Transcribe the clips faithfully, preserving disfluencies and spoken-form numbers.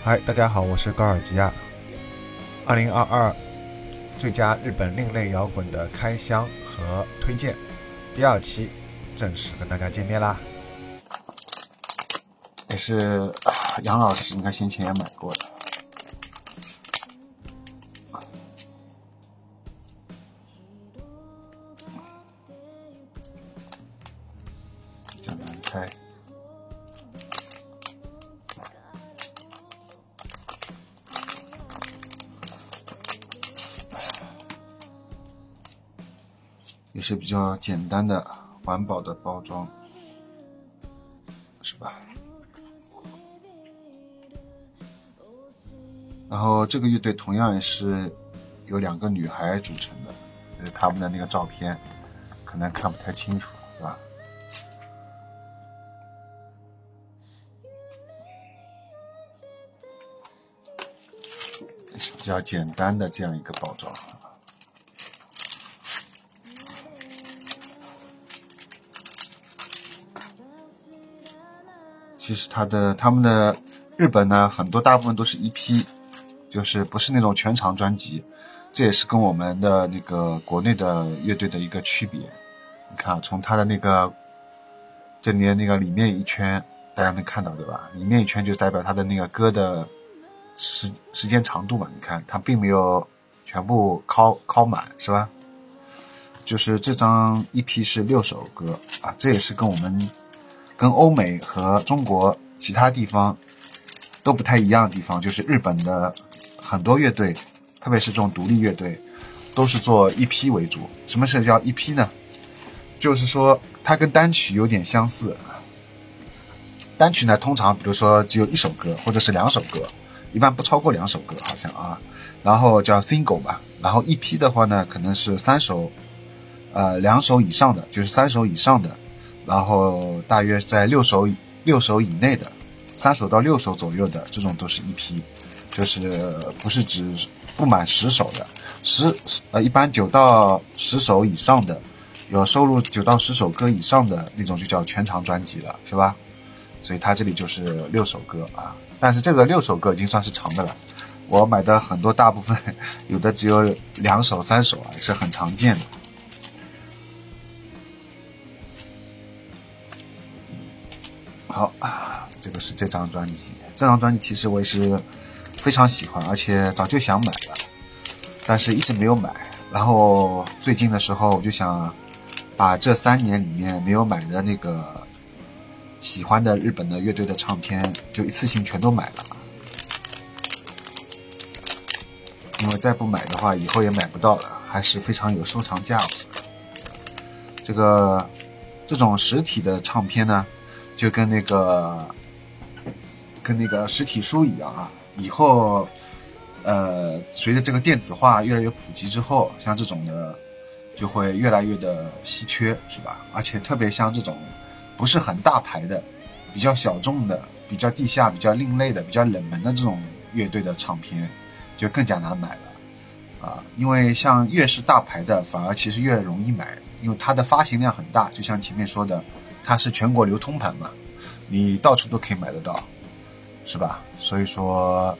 嗨，大家好，我是高尔基亚。二零二二最佳日本另类摇滚的开箱和推荐第二期正式跟大家见面啦。也是杨老师应该先前也买过的。比较难猜。也是比较简单的环保的包装，是吧？然后这个乐队同样也是由两个女孩组成的，就是他们的那个照片可能看不太清楚，是吧？是比较简单的这样一个包装。其实他的他们的日本呢，很多大部分都是 E P， 就是不是那种全长专辑，这也是跟我们的那个国内的乐队的一个区别。你看，从他的那个这里面那个里面一圈，大家能看到对吧？里面一圈就代表他的那个歌的时时间长度嘛。你看，他并没有全部拷拷满，是吧？就是这张 E P 是六首歌啊，这也是跟我们。跟欧美和中国其他地方都不太一样的地方，就是日本的很多乐队，特别是这种独立乐队，都是做 E P 为主。什么是叫 E P 呢？就是说它跟单曲有点相似。单曲呢，通常比如说只有一首歌或者是两首歌，一般不超过两首歌好像啊。然后叫 single 吧。然后 E P 的话呢，可能是三首，呃，两首以上的，就是三首以上的。然后大约在六首六首以内的，三首到六首左右的，这种都是 E P， 就是不是指不满十首的，十呃一般九到十首以上的，有收录九到十首歌以上的那种就叫全长专辑了，是吧？所以它这里就是六首歌啊，但是这个六首歌已经算是长的了。我买的很多大部分有的只有两首三首啊，是很常见的。好，这个是这张专辑。这张专辑其实我也是非常喜欢，而且早就想买了，但是一直没有买。然后最近的时候，我就想把这三年里面没有买的那个喜欢的日本的乐队的唱片，就一次性全都买了。因为再不买的话，以后也买不到了，还是非常有收藏价值的。这个这种实体的唱片呢，就跟那个跟那个实体书一样啊，以后呃随着这个电子化越来越普及之后，像这种的就会越来越的稀缺，是吧？而且特别像这种不是很大牌的、比较小众的、比较地下、比较另类的、比较冷门的这种乐队的唱片就更加难买了啊，因为像越是大牌的反而其实越容易买，因为它的发行量很大，就像前面说的，它是全国流通盘嘛，你到处都可以买得到，是吧？所以说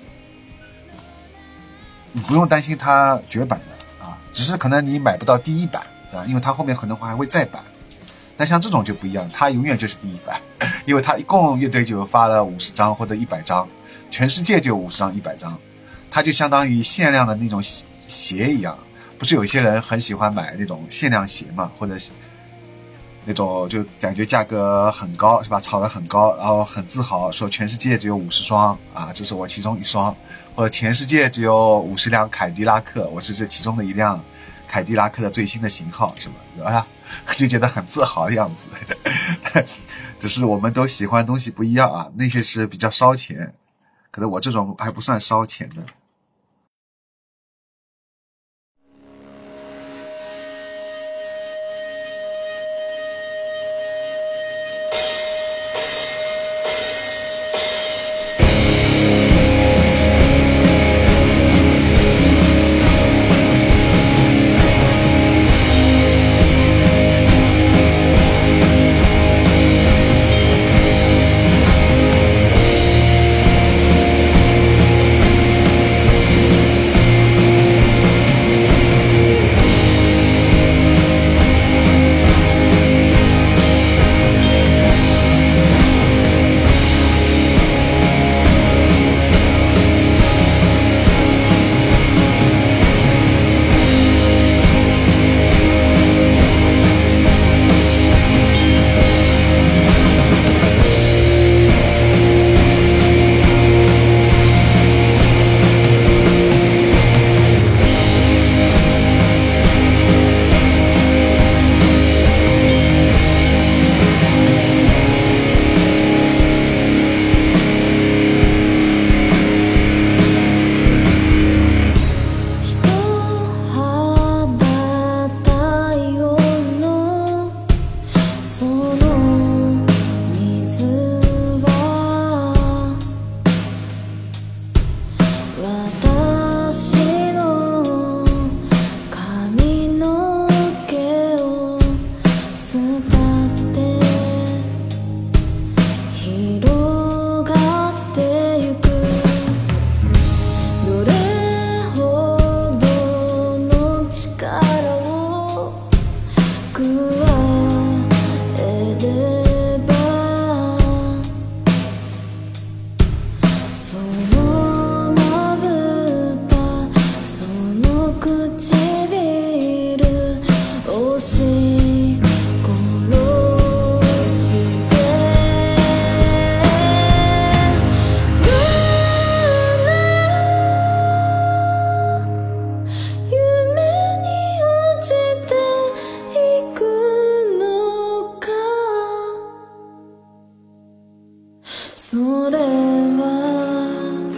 你不用担心它绝版的啊，只是可能你买不到第一版啊，因为它后面可能还会再版。但像这种就不一样，它永远就是第一版，因为它一共乐队就发了五十张或者一百张，全世界就有五十张、一百张，它就相当于限量的那种鞋一样。不是有些人很喜欢买那种限量鞋嘛，或者那种就感觉价格很高，是吧？炒得很高，然后很自豪说全世界只有五十双啊，这是我其中一双，或者全世界只有五十辆凯迪拉克，我是这其中的一辆凯迪拉克的最新的型号，是吧？啊，就觉得很自豪的样子。只是我们都喜欢东西不一样啊，那些是比较烧钱，可能我这种还不算烧钱的。 そのまぶたその唇押し殺してどんな夢に落ちていくのかそれは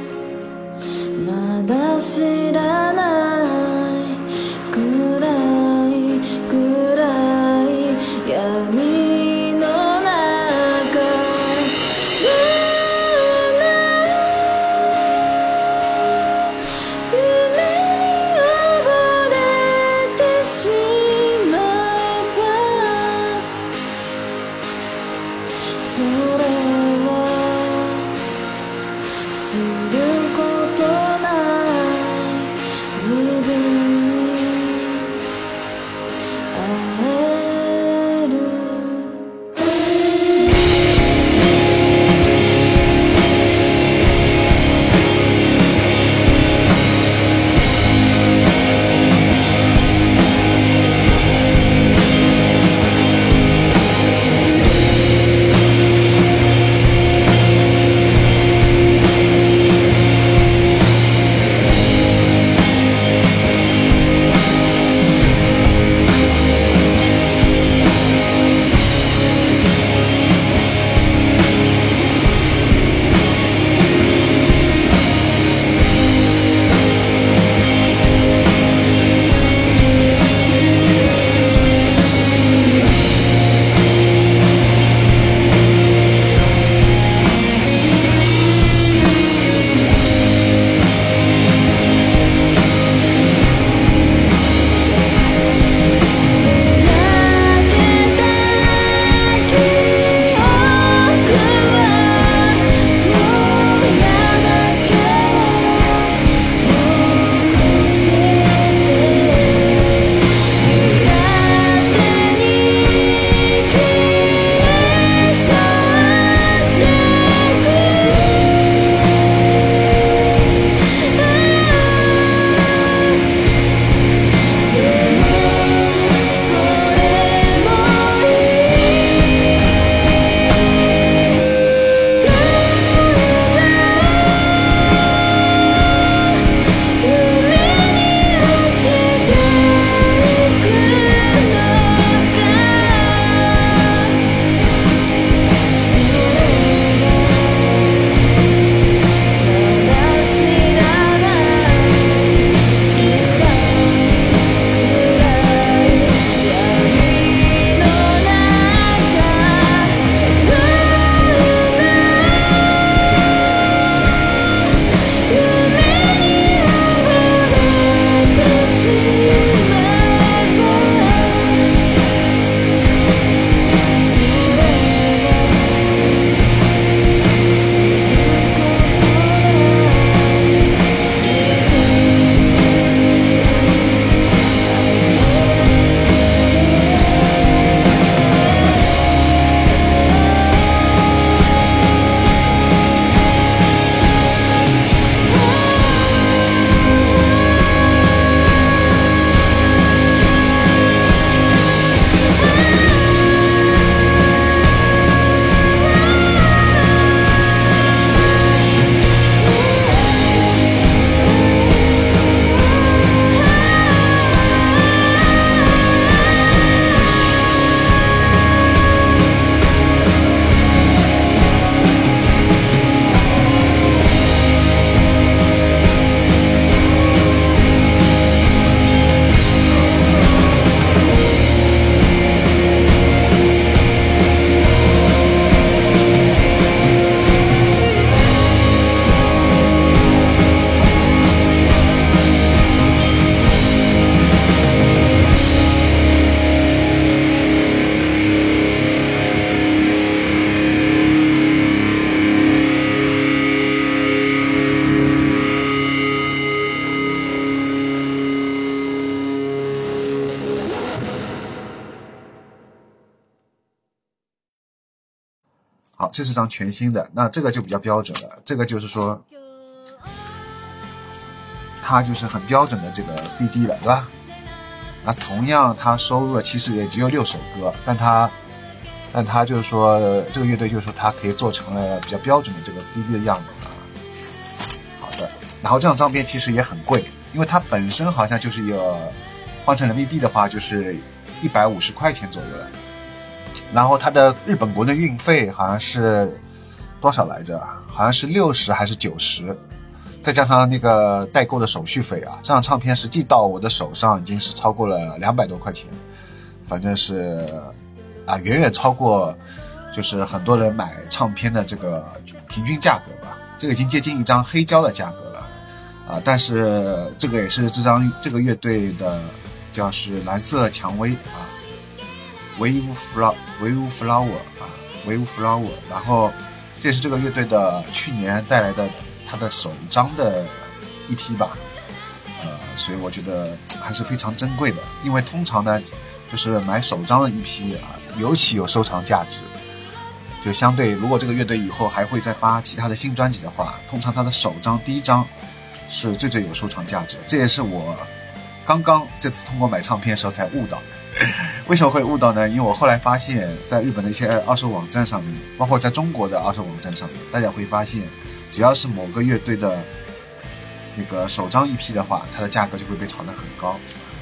まだ知らないくらいくらい闇の中どんな夢に溺れてしまえばそれは知ることない自分に会える「 这是张全新的，那这个就比较标准了，这个就是说它就是很标准的这个 C D 了，对吧？那同样它收录了其实也只有六首歌，但它但它就是说这个乐队就是说它可以做成了比较标准的这个 C D 的样子啊。好的，然后这张唱片其实也很贵，因为它本身好像就是一个换成人民币的话就是一百五十块钱左右了，然后它的日本国内运费好像是多少来着？好像是六十还是九十，再加上那个代购的手续费啊，这张唱片实际到我的手上已经是超过了两百多块钱，反正是啊，远远超过就是很多人买唱片的这个平均价格吧，这个已经接近一张黑胶的价格了啊！但是这个也是这张这个乐队的叫是蓝色蔷薇啊 ，Wave Flower Wave Flower 啊 Wave Flower， 然后这是这个乐队的去年带来的他的首张的一批吧，呃，所以我觉得还是非常珍贵的，因为通常呢就是买首张的一批啊，尤其有收藏价值。就相对，如果这个乐队以后还会再发其他的新专辑的话，通常它的首张第一张是最最有收藏价值。这也是我刚刚这次通过买唱片的时候才悟到。为什么会悟到呢？因为我后来发现，在日本的一些二手网站上面，包括在中国的二手网站上面，大家会发现，只要是某个乐队的那个首张一批的话，它的价格就会被炒得很高。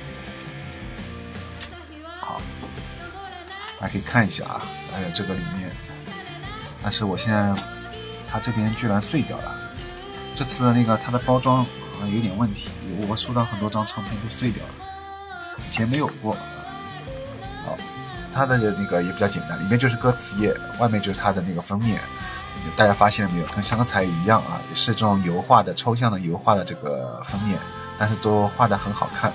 好，大家可以看一下啊，还有这个里面。但是我现在它这边居然碎掉了，这次的那个它的包装好像有点问题，我收到很多张唱片都碎掉了，以前没有过。好，它的那个也比较简单，里面就是歌词页，外面就是它的那个封面，大家发现了没有？跟刚才一样啊，也是这种油画的抽象的油画的这个封面，但是都画得很好看。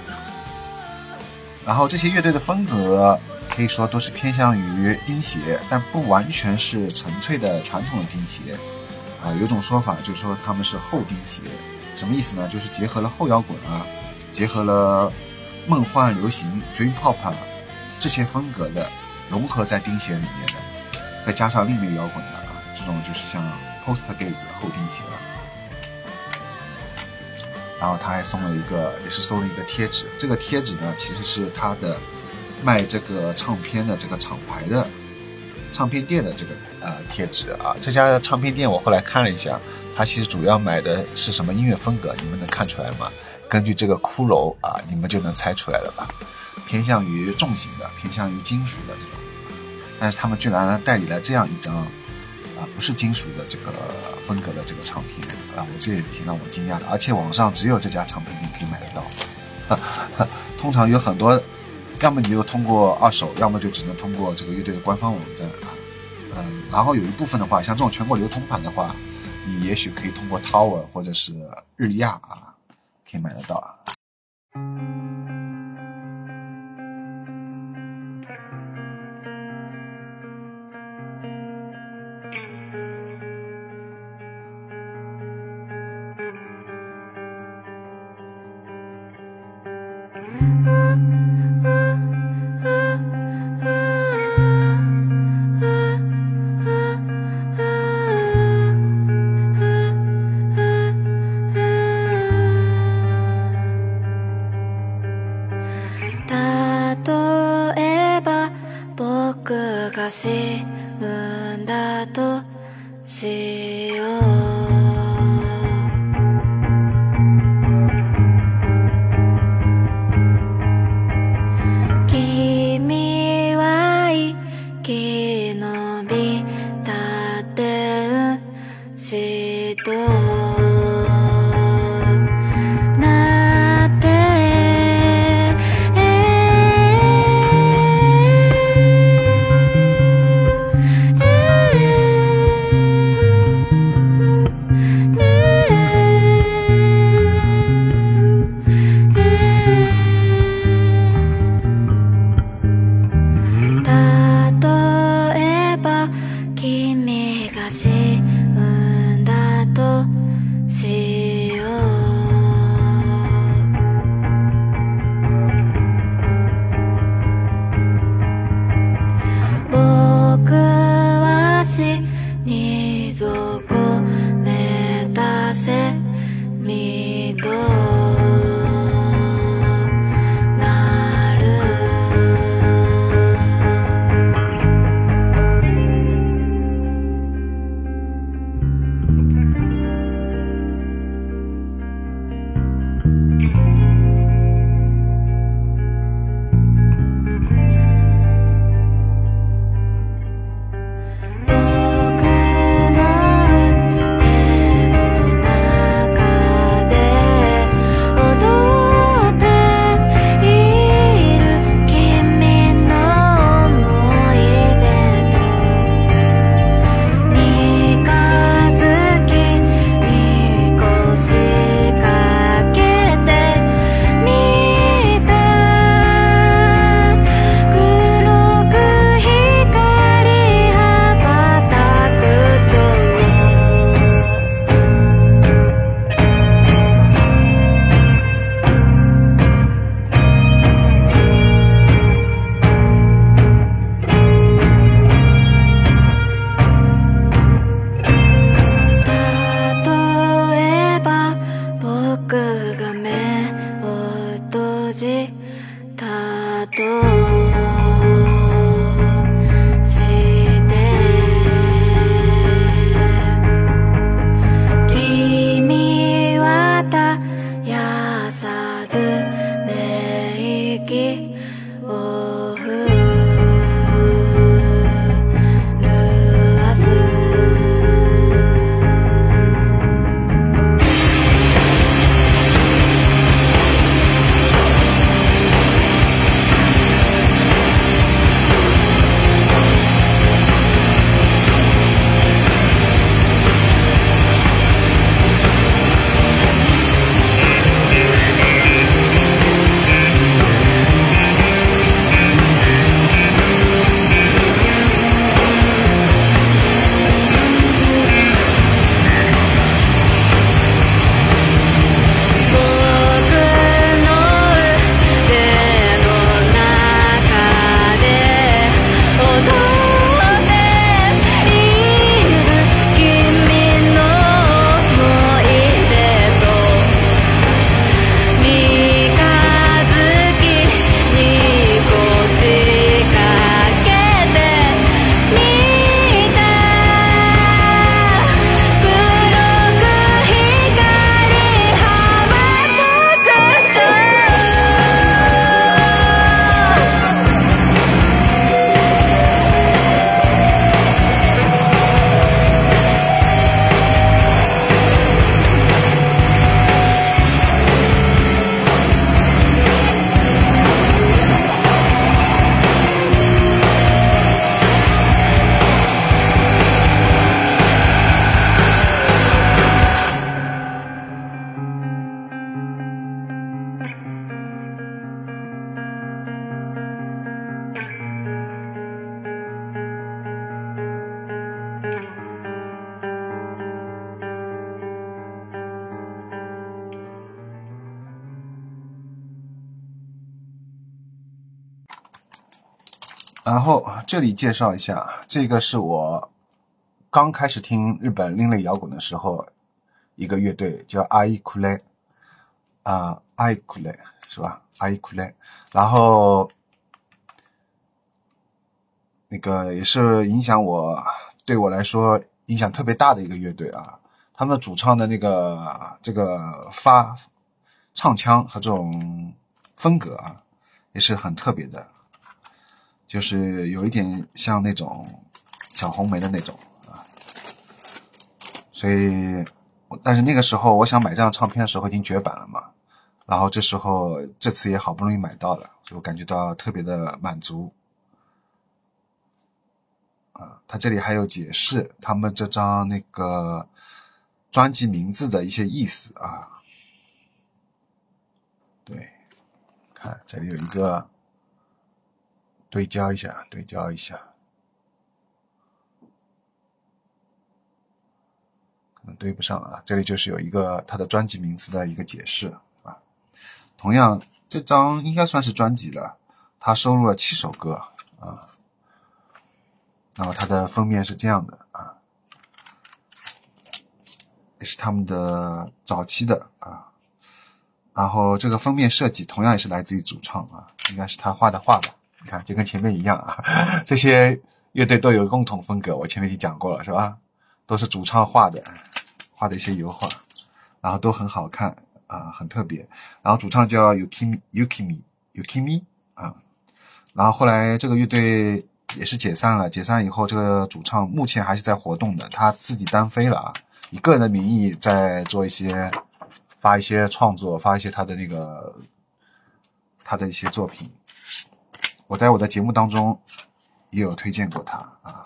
然后这些乐队的风格可以说都是偏向于钉鞋，但不完全是纯粹的传统的钉鞋啊、呃。有种说法就是说他们是后钉鞋，什么意思呢？就是结合了后摇滚啊，结合了梦幻流行 Dream Pop 啊这些风格的融合在钉鞋里面的，再加上另类摇滚的啊，这种就是像 Post Gaze 后钉鞋了。然后他还送了一个，也是送了一个贴纸，这个贴纸呢其实是他的卖这个唱片的这个厂牌的唱片店的这个呃贴纸啊。这家唱片店我后来看了一下，它其实主要买的是什么音乐风格，你们能看出来吗？根据这个骷髅啊，你们就能猜出来了吧？偏向于重型的，偏向于金属的这种，但是他们居然代理了这样一张啊不是金属的这个风格的这个唱片啊，我这也挺让我惊讶的，而且网上只有这家唱片店可以买得到。啊、通常有很多，要么你就通过二手，要么就只能通过这个乐队的官方网站啊。嗯，然后有一部分的话，像这种全国流通版的话，你也许可以通过 Tower 或者是日亚啊，可以买得到啊。 死んだとしよう君は生き延びたって人なって死然后这里介绍一下，这个是我刚开始听日本另类摇滚的时候，一个乐队叫阿伊库雷，啊，阿伊库雷是吧？阿伊库雷，然后那个也是影响我，对我来说影响特别大的一个乐队啊。他们主唱的那个这个发唱腔和这种风格啊，也是很特别的，就是有一点像那种小红莓的那种啊。所以，但是那个时候我想买这张唱片的时候已经绝版了嘛，然后这时候这次也好不容易买到了，就感觉到特别的满足。啊，他这里还有解释他们这张那个专辑名字的一些意思啊。对，看这里有一个对焦一下，对焦一下，可能对不上啊。这里就是有一个他的专辑名字的一个解释啊。同样，这张应该算是专辑了，他收录了七首歌啊。那么它的封面是这样的啊，也是他们的早期的啊。然后这个封面设计同样也是来自于主唱啊，应该是他画的画吧。你看，就跟前面一样啊，这些乐队都有共同风格，我前面已经讲过了，是吧？都是主唱画的，画的一些油画，然后都很好看啊，很特别。然后主唱叫 Yukimi Yukimi Yukimi 啊，然后后来这个乐队也是解散了，解散以后这个主唱目前还是在活动的，他自己单飞了啊，以个人的名义在做一些发一些创作，发一些他的那个他的一些作品。我在我的节目当中也有推荐过他啊，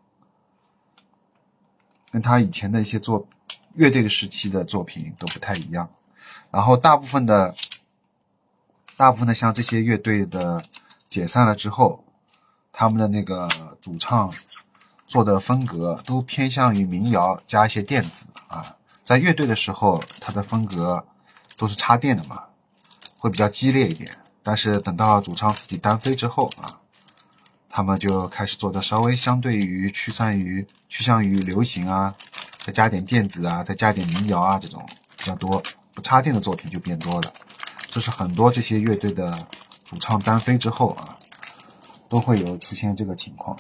跟他以前的一些作乐队的时期的作品都不太一样。然后大部分的大部分的像这些乐队的解散了之后，他们的那个主唱做的风格都偏向于民谣加一些电子啊。在乐队的时候，他的风格都是插电的嘛，会比较激烈一点。但是等到主唱自己单飞之后啊，他们就开始做的稍微相对于趋向于趋向于流行啊，再加点电子啊，再加点民谣啊，这种比较多，不插电的作品就变多了。这是很多这些乐队的主唱单飞之后啊，都会有出现这个情况。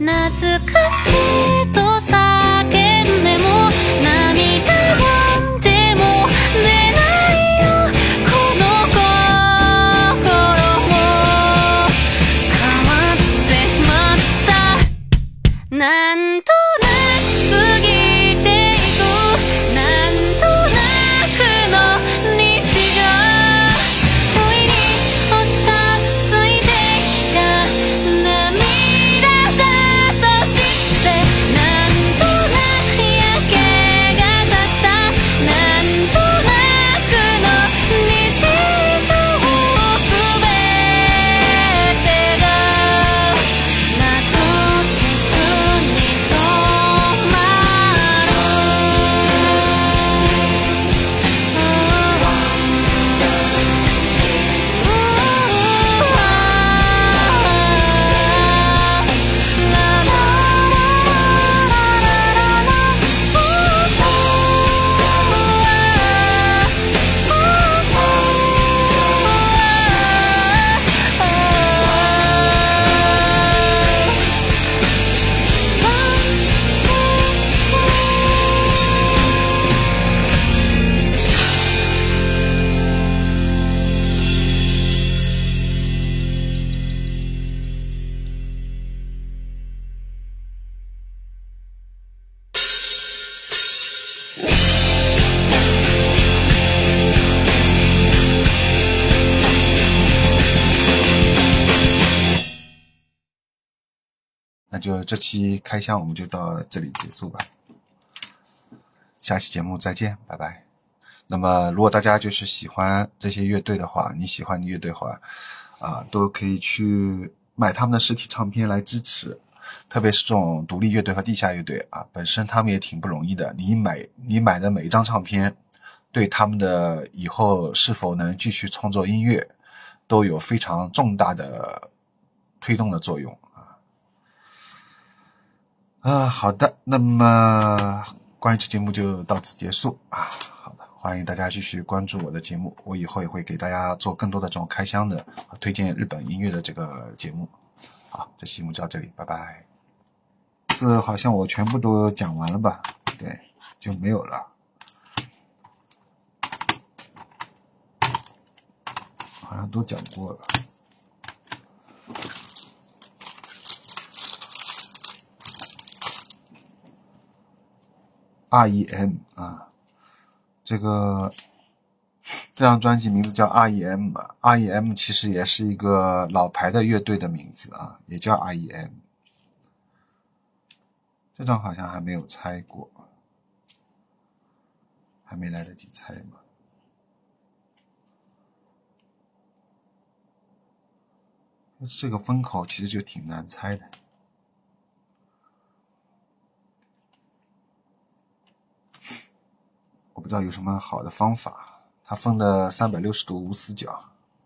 懐かしいと叫んでも涙なんても出ないよこの心も変わってしまったなんとなく過ぎていくなんとなくの日常不意に落ちた空いてきた涙だとしてなんとなく焼けがさしたなんとなくの日常すべてがなく実に染ま那就这期开箱我们就到这里结束吧，下期节目再见，拜拜。那么如果大家就是喜欢这些乐队的话，你喜欢的乐队的话啊，都可以去买他们的实体唱片来支持，特别是这种独立乐队和地下乐队啊，本身他们也挺不容易的，你买你买的每一张唱片对他们的以后是否能继续创作音乐都有非常重大的推动的作用啊，好的，那么关于这节目就到此结束啊。好的，欢迎大家继续关注我的节目，我以后也会给大家做更多的这种开箱的推荐日本音乐的这个节目。好，这期节目就到这里，拜拜。这好像我全部都讲完了吧？对，就没有了，好像都讲过了。R E M 啊，这个这张专辑名字叫 R E M，R E M 其实也是一个老牌的乐队的名字啊，也叫 R E M。这张好像还没有猜过，还没来得及猜嘛。这个风口其实就挺难猜的。我不知道有什么好的方法，它分的三百六十度无死角，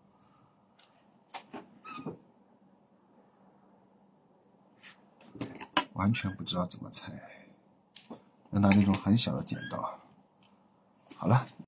完全不知道怎么猜，要拿那种很小的剪刀。好了。